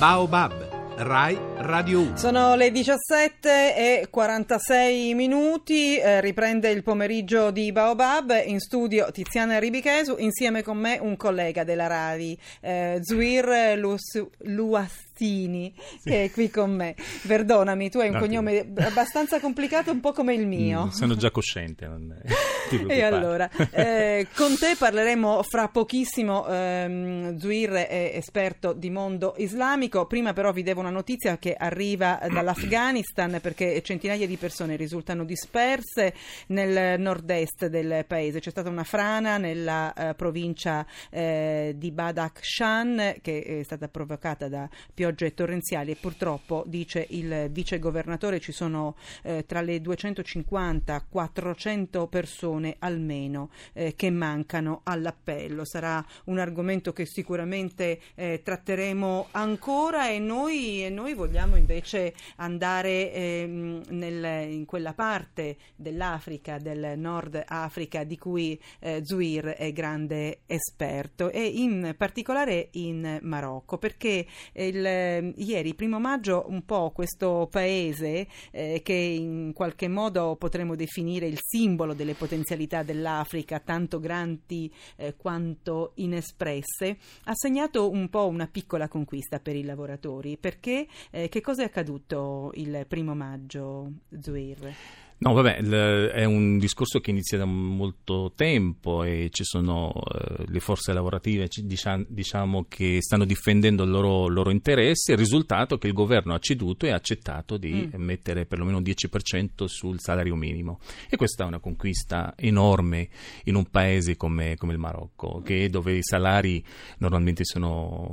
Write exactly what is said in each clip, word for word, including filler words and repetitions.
Baobab, Rai Radio uno. Sono le diciassette e quarantasei minuti, eh, riprende il pomeriggio di Baobab, in studio Tiziana Ribichesu, insieme con me un collega della Rai, eh, Zouir Lus- Luastini, sì, che è qui con me. Perdonami, tu hai un no, cognome ti... abbastanza complicato, un po' come il mio. Mm, sono già cosciente. Non e allora, eh, con te parleremo fra pochissimo. ehm, Zouir è esperto di mondo islamico. Prima però vi devo una notizia che arriva dall'Afghanistan, perché centinaia di persone risultano disperse nel nord-est del paese. C'è stata una frana nella eh, provincia eh, di Badakhshan che è stata provocata da piogge torrenziali e purtroppo, dice il vice governatore, ci sono eh, tra le duecentocinquanta quattrocento persone almeno eh, che mancano all'appello. Sarà un argomento che sicuramente eh, tratteremo ancora, e noi e noi vogliamo invece andare ehm, nel, in quella parte dell'Africa, del Nord Africa, di cui eh, Zouir è grande esperto, e in particolare in Marocco, perché il, ieri, primo maggio, un po' questo paese eh, che in qualche modo potremmo definire il simbolo delle potenzialità dell'Africa, tanto grandi eh, quanto inespresse, ha segnato un po' una piccola conquista per i lavoratori. Perché eh, che cosa è accaduto il primo maggio, Zouir? No, vabbè, l- è un discorso che inizia da molto tempo e ci sono eh, le forze lavorative, c- diciamo, diciamo che stanno difendendo il loro, loro interessi. Il risultato è che il governo ha ceduto e ha accettato di mm. mettere perlomeno il dieci per cento sul salario minimo, e questa è una conquista enorme in un paese come, come il Marocco, che dove i salari normalmente sono,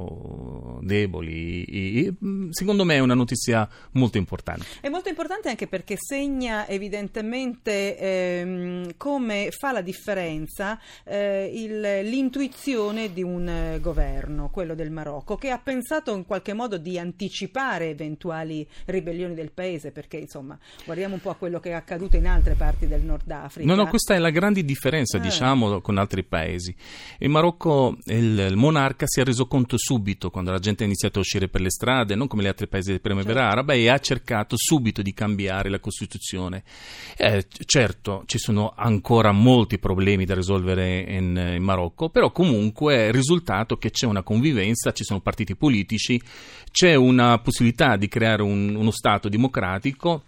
sono deboli. E, e, secondo me è una notizia molto importante. È molto importante anche perché segna evidentemente ehm, come fa la differenza eh, il, l'intuizione di un eh, governo, quello del Marocco, che ha pensato in qualche modo di anticipare eventuali ribellioni del paese, perché insomma guardiamo un po' a quello che è accaduto in altre parti del Nord Africa. No, no, questa è la grande differenza, eh. diciamo, con altri paesi. In Marocco il, il monarca si è reso conto subito, quando la gente ha iniziato a uscire per le strade, non come gli altri paesi del primavera certo. araba, e ha cercato subito di cambiare la Costituzione. Eh, certo, ci sono ancora molti problemi da risolvere in, in Marocco, però comunque è il risultato che c'è una convivenza, ci sono partiti politici, c'è una possibilità di creare un, uno Stato democratico.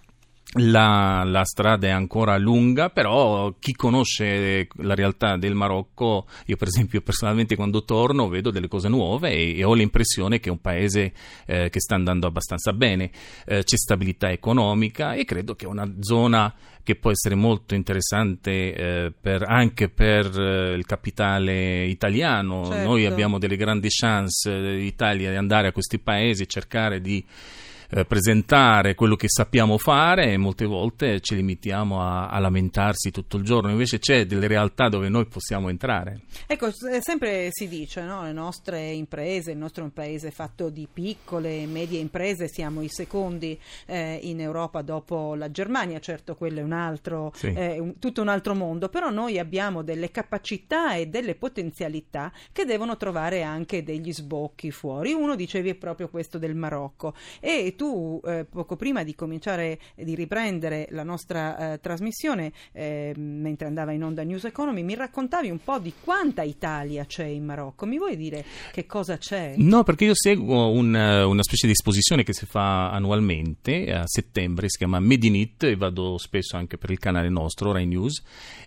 La, la strada è ancora lunga, però chi conosce la realtà del Marocco, io per esempio personalmente quando torno vedo delle cose nuove e, e ho l'impressione che è un paese eh, che sta andando abbastanza bene, eh, c'è stabilità economica e credo che è una zona che può essere molto interessante eh, per, anche per eh, il capitale italiano. Certo. Noi abbiamo delle grandi chance in Italia di andare a questi paesi e cercare di Eh, presentare quello che sappiamo fare, e molte volte ci limitiamo a, a lamentarsi tutto il giorno. Invece c'è delle realtà dove noi possiamo entrare. Ecco, sempre si dice, no? Le nostre imprese, il nostro è un paese fatto di piccole e medie imprese, siamo i secondi eh, in Europa dopo la Germania. Certo, quello è un altro, sì. eh, un, tutto un altro mondo, però noi abbiamo delle capacità e delle potenzialità che devono trovare anche degli sbocchi fuori. Uno, dicevi, è proprio questo del Marocco, e tu eh, poco prima di cominciare, di riprendere la nostra eh, trasmissione, eh, mentre andava in onda News Economy, mi raccontavi un po' di quanta Italia c'è in Marocco. Mi vuoi dire che cosa c'è? No, perché io seguo un, una specie di esposizione che si fa annualmente a settembre, si chiama Made in It, e vado spesso anche per il canale nostro, Rai News,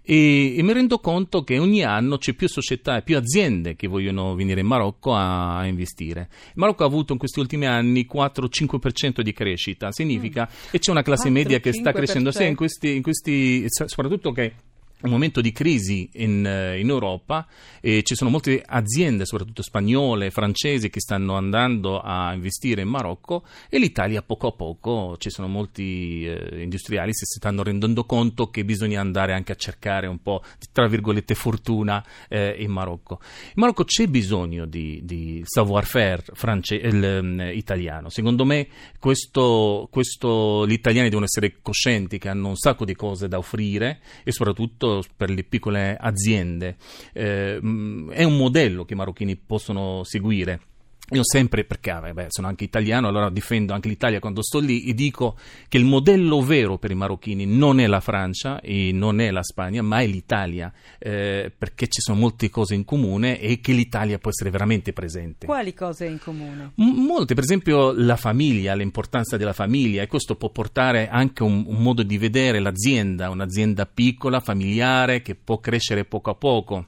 e, e mi rendo conto che ogni anno c'è più società e più aziende che vogliono venire in Marocco a, a investire. Il Marocco ha avuto in questi ultimi anni quattro cinque per cento di crescita, significa mm. e c'è una classe media che sta crescendo sia in questi, in questi soprattutto che un momento di crisi in, in Europa, e ci sono molte aziende, soprattutto spagnole, francesi, che stanno andando a investire in Marocco, e l'Italia poco a poco, ci sono molti eh, industriali che si stanno rendendo conto che bisogna andare anche a cercare un po', tra virgolette, fortuna eh, in Marocco. In Marocco c'è bisogno di, di savoir-faire france- eh, italiano. Secondo me questo, questo, gli italiani devono essere coscienti che hanno un sacco di cose da offrire, e soprattutto per le piccole aziende. Eh, è un modello che i marocchini possono seguire. Io sempre, perché vabbè, sono anche italiano, allora difendo anche l'Italia quando sto lì e dico che il modello vero per i marocchini non è la Francia e non è la Spagna, ma è l'Italia, eh, perché ci sono molte cose in comune e che l'Italia può essere veramente presente. Quali cose in comune? M- molte, per esempio la famiglia, l'importanza della famiglia, e questo può portare anche un, un modo di vedere l'azienda, un'azienda piccola, familiare, che può crescere poco a poco.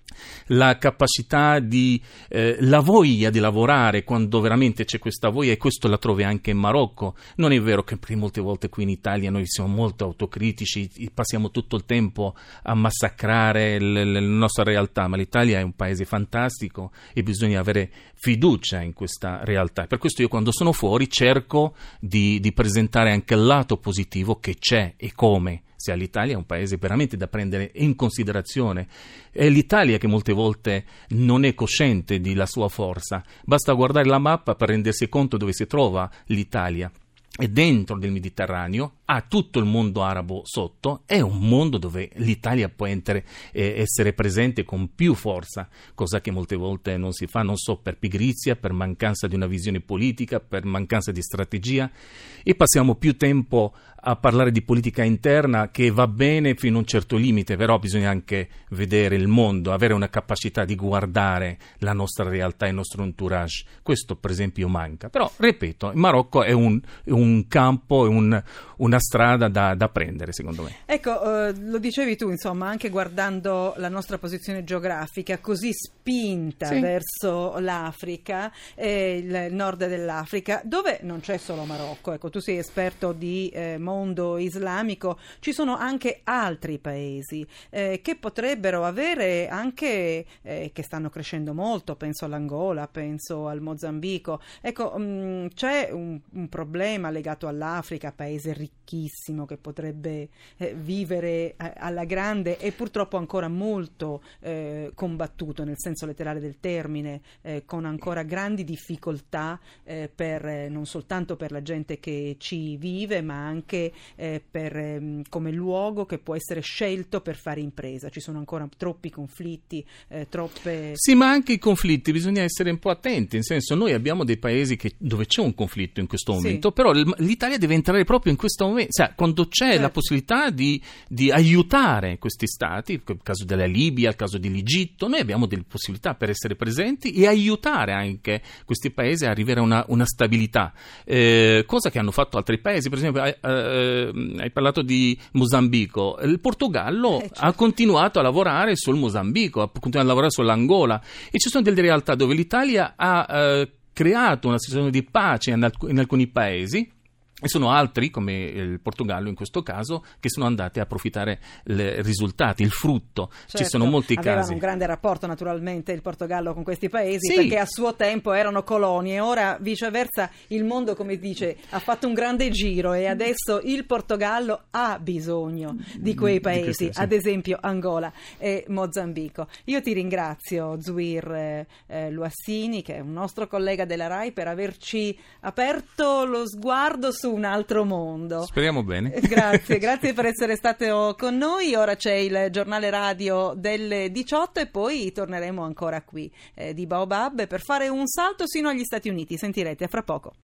La capacità di eh, la voglia di lavorare quando veramente c'è questa voglia, e questo la trovi anche in Marocco. Non è vero che molte volte qui in Italia noi siamo molto autocritici, passiamo tutto il tempo a massacrare l- l- la nostra realtà, ma l'Italia è un paese fantastico e bisogna avere fiducia in questa realtà. Per questo io quando sono fuori cerco di, di presentare anche il lato positivo che c'è e come. Se l'Italia è un paese veramente da prendere in considerazione. È l'Italia che molte volte non è cosciente della sua forza. Basta guardare la mappa per rendersi conto dove si trova l'Italia. È dentro del Mediterraneo, ha tutto il mondo arabo sotto, è un mondo dove l'Italia può entrare, eh, essere presente con più forza, cosa che molte volte non si fa, non so, per pigrizia, per mancanza di una visione politica, per mancanza di strategia, e passiamo più tempo a parlare di politica interna, che va bene fino a un certo limite, però bisogna anche vedere il mondo, avere una capacità di guardare la nostra realtà, il nostro entourage. Questo per esempio manca, però ripeto, il Marocco è un, un campo, è un, una strada da, da prendere, secondo me. Ecco, eh, lo dicevi tu, insomma, anche guardando la nostra posizione geografica così spinta sì. verso l'Africa, eh, il nord dell'Africa, dove non c'è solo Marocco. Ecco, tu sei esperto di eh, mondo islamico, ci sono anche altri paesi eh, che potrebbero avere anche, eh, che stanno crescendo molto, penso all'Angola, penso al Mozambico. Ecco, mh, c'è un, un problema legato all'Africa, paese ricchissimo che potrebbe eh, vivere eh, alla grande e purtroppo ancora molto eh, combattuto nel senso letterale del termine, eh, con ancora grandi difficoltà eh, per, eh, non soltanto per la gente che ci vive, ma anche eh, per, eh, come luogo che può essere scelto per fare impresa. Ci sono ancora troppi conflitti, eh, troppe... Sì, ma anche i conflitti bisogna essere un po' attenti, nel senso noi abbiamo dei paesi che, dove c'è un conflitto in questo momento, sì. Però l'Italia deve entrare proprio in questo momento, cioè, quando c'è certo. la possibilità di, di aiutare questi stati, il caso della Libia, il caso dell'Egitto, noi abbiamo delle possibilità per essere presenti e aiutare anche questi paesi a arrivare a una, una stabilità, eh, cosa che hanno fatto altri paesi. Per esempio eh, eh, hai parlato di Mozambico, il Portogallo eh, certo. ha continuato a lavorare sul Mozambico, ha continuato a lavorare sull'Angola, e ci sono delle realtà dove l'Italia ha eh, creato una situazione di pace in, alc- in alcuni paesi, e sono altri, come il Portogallo in questo caso, che sono andati a approfittare i risultati, il frutto. Certo, ci sono molti aveva casi. Un grande rapporto naturalmente il Portogallo con questi paesi, sì. perché a suo tempo erano colonie, e ora viceversa il mondo, come dice, ha fatto un grande giro e adesso il Portogallo ha bisogno di quei paesi, di questi, sì. ad esempio Angola e Mozambico. Io ti ringrazio, Zouir eh, Louassini, che è un nostro collega della RAI, per averci aperto lo sguardo su un altro mondo. Speriamo bene. Grazie, grazie per essere stato con noi. Ora c'è il giornale radio delle diciotto e poi torneremo ancora qui eh, di Baobab per fare un salto sino agli Stati Uniti. Sentirete fra poco.